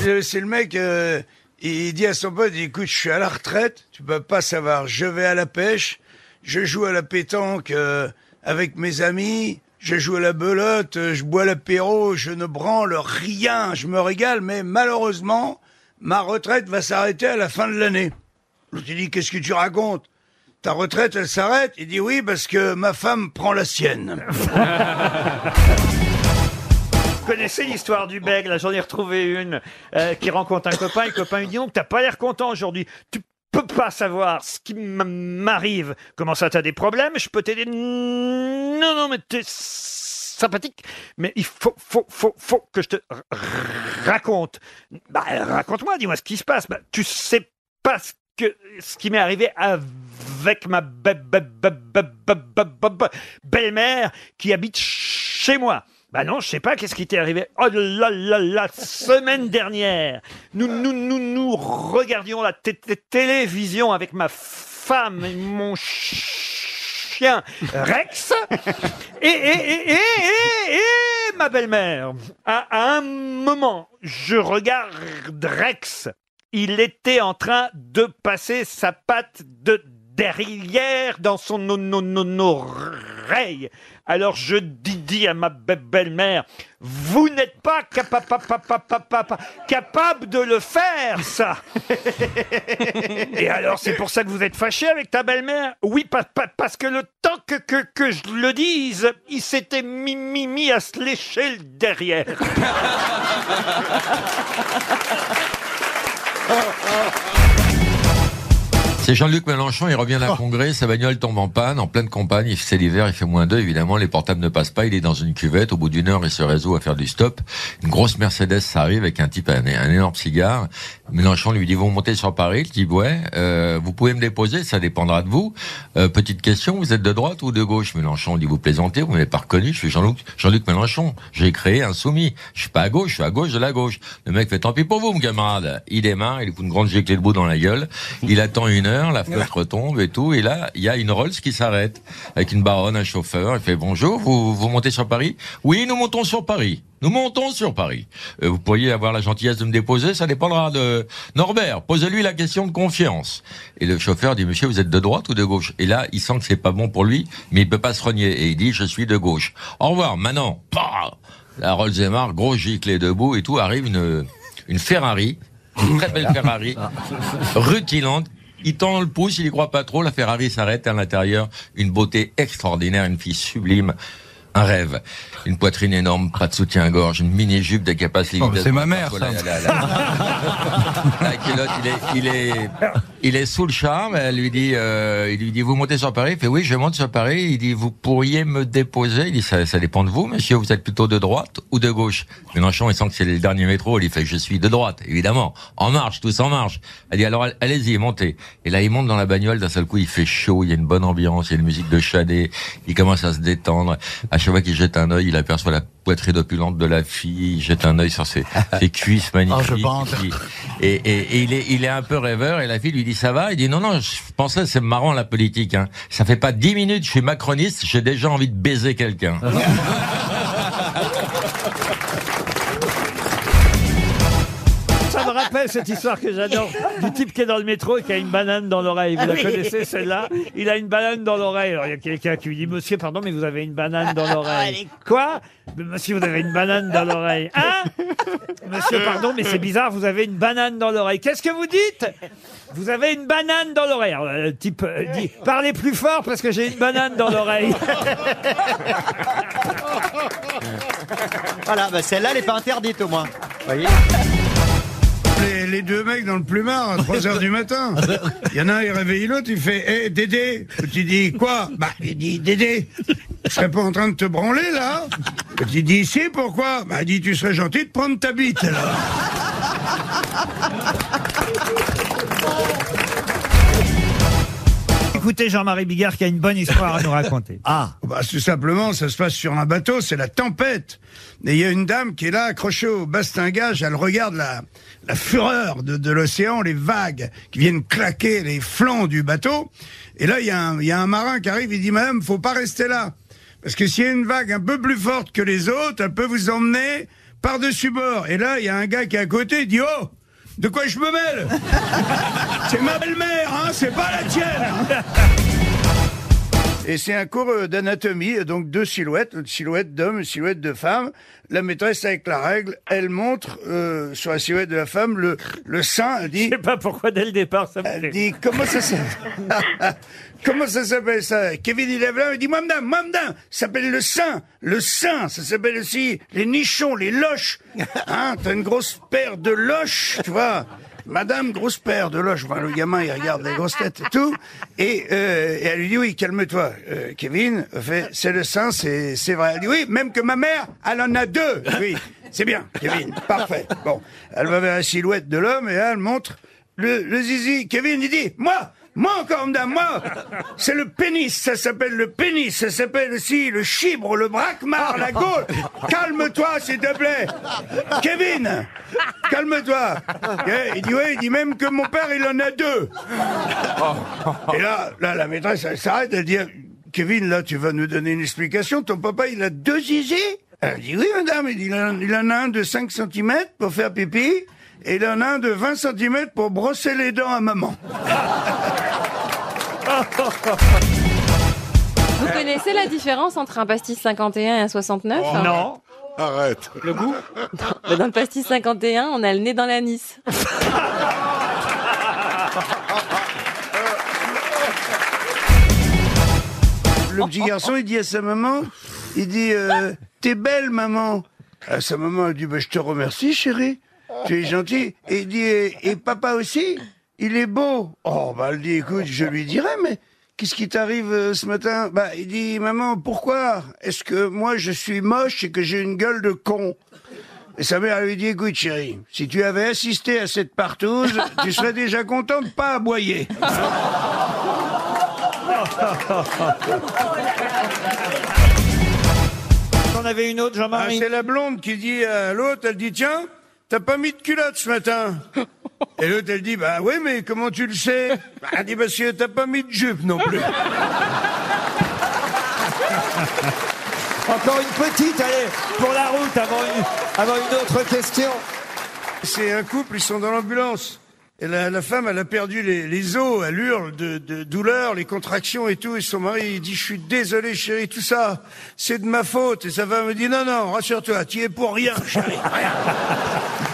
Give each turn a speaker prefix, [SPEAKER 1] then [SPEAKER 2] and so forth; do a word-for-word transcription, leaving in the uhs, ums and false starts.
[SPEAKER 1] c'est, c'est le mec, euh, il dit à son pote, il dit, écoute, je suis à la retraite, tu peux pas savoir, je vais à la pêche, je joue à la pétanque euh, avec mes amis, je joue à la belote, je bois l'apéro, je ne branle rien, je me régale, mais malheureusement, ma retraite va s'arrêter à la fin de l'année. L'autre, il dit, qu'est-ce que tu racontes? Ta retraite, elle s'arrête? Il dit, oui, parce que ma femme prend la sienne.
[SPEAKER 2] Vous connaissez l'histoire du bègue, là j'en ai retrouvé une, euh, qui rencontre un copain, et le copain lui dit, non, t'as pas l'air content aujourd'hui, tu peux pas savoir ce qui m'arrive. Comment ça, t'as des problèmes? Je peux t'aider? Non, non, mais t'es sympathique, mais il faut, faut, faut, faut que je te raconte. Bah, raconte-moi, dis-moi ce qui se passe. Bah, tu sais pas ce que, ce qui m'est arrivé avec ma belle-mère qui habite chez moi. Bah non, je sais pas, qu'est-ce qui t'est arrivé? Oh là là, la semaine dernière, nous nous nous nous regardions la t- t- télévision avec ma femme et mon chien Rex et, et, et, et, et, et ma belle-mère. À, à un moment, je regarde Rex, il était en train de passer sa patte de derrière dans son no, no, no, no, oreille. Alors je dis, dis à ma belle-mère, vous n'êtes pas capa- pa- pa- pa- pa- pa- pa- capable de le faire, ça. Et alors c'est pour ça que vous êtes fâché avec ta belle-mère? Oui, pa- pa- parce que le temps que, que, que je le dise, il s'était mis, mis, mis à se lécher le derrière.
[SPEAKER 3] C'est Jean-Luc Mélenchon, il revient d'un congrès, sa bagnole tombe en panne, en pleine campagne, c'est l'hiver, il fait moins deux, évidemment, les portables ne passent pas, il est dans une cuvette, au bout d'une heure, il se résout à faire du stop. Une grosse Mercedes, ça arrive avec un type, un, un énorme cigare. Mélenchon lui dit, vous montez sur Paris? Il dit, ouais, euh, vous pouvez me déposer, ça dépendra de vous. Euh, petite question, vous êtes de droite ou de gauche? Mélenchon dit, vous plaisantez, vous m'avez pas reconnu, je suis Jean-Luc, Jean-Luc Mélenchon. J'ai créé un soumis. Je suis pas à gauche, je suis à gauche de la gauche. Le mec fait, tant pis pour vous, mon camarade. Il démarre, il lui fout une grande giclée de boue dans la gueule. Il attend une heure, la flotte retombe et tout, et là, il y a une Rolls qui s'arrête, avec une baronne, un chauffeur, il fait, bonjour, vous, vous montez sur Paris? Oui, nous montons sur Paris. Nous montons sur Paris. Euh, vous pourriez avoir la gentillesse de me déposer, ça dépendra de Norbert. Posez-lui la question de confiance. Et le chauffeur dit, monsieur, vous êtes de droite ou de gauche? Et là, il sent que c'est pas bon pour lui, mais il peut pas se renier. Et il dit, je suis de gauche. Au revoir, maintenant. Bah, la Rolls démarre, gros giclée debout et tout, arrive une, une Ferrari, une très belle Ferrari, rutilante. Il tend le pouce, il y croit pas trop, la Ferrari s'arrête à l'intérieur, une beauté extraordinaire, une fille sublime. Un rêve. Une poitrine énorme, pas de soutien-gorge, une mini-jupe de capacité.
[SPEAKER 4] Oh, c'est ma mère, ça.
[SPEAKER 3] La, la, la, la culotte, il est, il est, il est sous le charme. Elle lui dit, euh, il lui dit, vous montez sur Paris? Il fait, oui, je monte sur Paris. Il dit, vous pourriez me déposer? Il dit, ça, ça dépend de vous, monsieur. Vous êtes plutôt de droite ou de gauche? Mélenchon, il sent que c'est le dernier métro. Il lui fait, je suis de droite, évidemment. En marche, tous en marche. Elle dit, alors, allez-y, montez. Et là, il monte dans la bagnole. D'un seul coup, il fait chaud. Il y a une bonne ambiance. Il y a une musique de Chadet. Il commence à se détendre. À chaque fois qu'il jette un œil, il aperçoit la poitrine opulente de la fille, il jette un œil sur ses, ses cuisses magnifiques.
[SPEAKER 4] Oh, je pense.
[SPEAKER 3] Et, et, et il est, il est un peu rêveur, et la fille lui dit, ça va? Il dit, non, non, je pensais, c'est marrant, la politique, hein. Ça fait pas dix minutes, je suis macroniste, j'ai déjà envie de baiser quelqu'un.
[SPEAKER 2] Ça me rappelle cette histoire que j'adore du type qui est dans le métro et qui a une banane dans l'oreille. Vous la connaissez, celle-là? Il a une banane dans l'oreille. Alors il y a quelqu'un qui lui dit, monsieur, pardon, mais vous avez une banane dans l'oreille. Quoi? Monsieur, vous avez une banane dans l'oreille. Hein? Monsieur, pardon, mais c'est bizarre, vous avez une banane dans l'oreille. Qu'est-ce que vous dites? Vous avez une banane dans l'oreille. Alors le type euh, dit, parlez plus fort parce que j'ai une banane dans l'oreille.
[SPEAKER 5] Voilà, bah celle-là, elle n'est pas interdite au moins. Voyez.
[SPEAKER 1] Les, les deux mecs dans le plumard à trois heures du matin. Il y en a un, il réveille l'autre, il fait, hé, hey, Dédé. Tu dis, quoi? Bah, il dit, Dédé, je serais pas en train de te branler, là? Tu dis, si, pourquoi? Bah, il dit, tu serais gentil de prendre ta bite, là.
[SPEAKER 2] Écoutez Jean-Marie Bigard qui a une bonne histoire à nous raconter.
[SPEAKER 1] Ah, bah, tout simplement, ça se passe sur un bateau, c'est la tempête. Et il y a une dame qui est là, accrochée au bastingage, elle regarde la, la fureur de, de l'océan, les vagues qui viennent claquer les flancs du bateau. Et là, il y a un, il y a un marin qui arrive, il dit, madame, faut pas rester là. Parce que s'il y a une vague un peu plus forte que les autres, elle peut vous emmener par-dessus bord. Et là, il y a un gars qui est à côté, il dit « Oh, de quoi je me mêle ?» C'est ma belle-mère, hein, c'est pas la tienne. Et c'est un cours euh, d'anatomie, donc deux silhouettes, une silhouette d'homme, une silhouette de femme. La maîtresse, avec la règle, elle montre euh, sur la silhouette de la femme le, le sein. Elle dit...
[SPEAKER 2] Je sais pas pourquoi dès le départ ça me
[SPEAKER 1] Elle
[SPEAKER 2] fait.
[SPEAKER 1] dit, comment ça s'appelle? Comment ça s'appelle ça? Kevin, il lève là, il dit, moi, madame, moi, madame, ça s'appelle le sein. Le sein, ça s'appelle aussi les nichons, les loches. Hein, t'as une grosse paire de loches, tu vois. Madame, grosse paire de loches. Enfin, le gamin, il regarde les grosses têtes et tout. Et, euh, et elle lui dit, oui, calme-toi. Euh, Kevin, fait, c'est le sein, c'est, c'est vrai. Elle dit, oui, même que ma mère, elle en a deux. Oui, c'est bien, Kevin. Parfait. Bon. Elle va vers la silhouette de l'homme et là, elle montre le, le zizi. Kevin, il dit, moi, moi encore, madame, moi, c'est le pénis, ça s'appelle le pénis, ça s'appelle aussi le chibre, le braquemar, la gaule. Calme-toi, s'il te plaît. Kevin, calme-toi. Il dit, ouais, il dit même que mon père, il en a deux. Et là, là, la maîtresse, elle s'arrête, elle dit, Kevin, là, tu vas nous donner une explication, ton papa, il a deux zizi? Elle dit, oui, madame, il, dit, il, en, il en a un de cinq centimètres pour faire pipi, et il en a un de vingt centimètres pour brosser les dents à maman.
[SPEAKER 4] Vous connaissez la différence entre un pastis cinquante et un et un soixante-neuf?
[SPEAKER 2] Oh, non.
[SPEAKER 6] Arrête.
[SPEAKER 2] Le goût?
[SPEAKER 4] Bah, dans le pastis cinquante et un, on a le nez dans l'anis.
[SPEAKER 1] Le petit garçon, il dit à sa maman, il dit, euh, t'es belle, maman. À sa maman, elle dit, bah, je te remercie, chérie. Tu es gentil. Et il dit, et, et papa aussi, il est beau. Oh, bah, elle dit, écoute, je lui dirai, mais qu'est-ce qui t'arrive euh, ce matin? Bah, il dit, maman, pourquoi est-ce que moi je suis moche et que j'ai une gueule de con? Et sa mère lui dit, écoute, chérie, si tu avais assisté à cette partouze, tu serais déjà content de pas aboyer.
[SPEAKER 2] T'en avais une autre,
[SPEAKER 1] Ah,
[SPEAKER 2] Jean-Marie?
[SPEAKER 1] c'est la blonde qui dit à l'autre, elle dit, tiens, t'as pas mis de culotte ce matin? Et l'autre, elle dit, bah oui, mais comment tu le sais? Bah, elle dit, parce que t'as pas mis de jupe non plus.
[SPEAKER 7] Encore une petite, allez, pour la route, avant une, avant une autre question.
[SPEAKER 1] C'est un couple, ils sont dans l'ambulance. Et la, la femme, elle a perdu les, les os, elle hurle de, de douleur, les contractions et tout. Et son mari, il dit, je suis désolé, chérie, tout ça, c'est de ma faute. Et sa femme me dit, non, non, rassure-toi, tu y es pour rien, chérie, rien.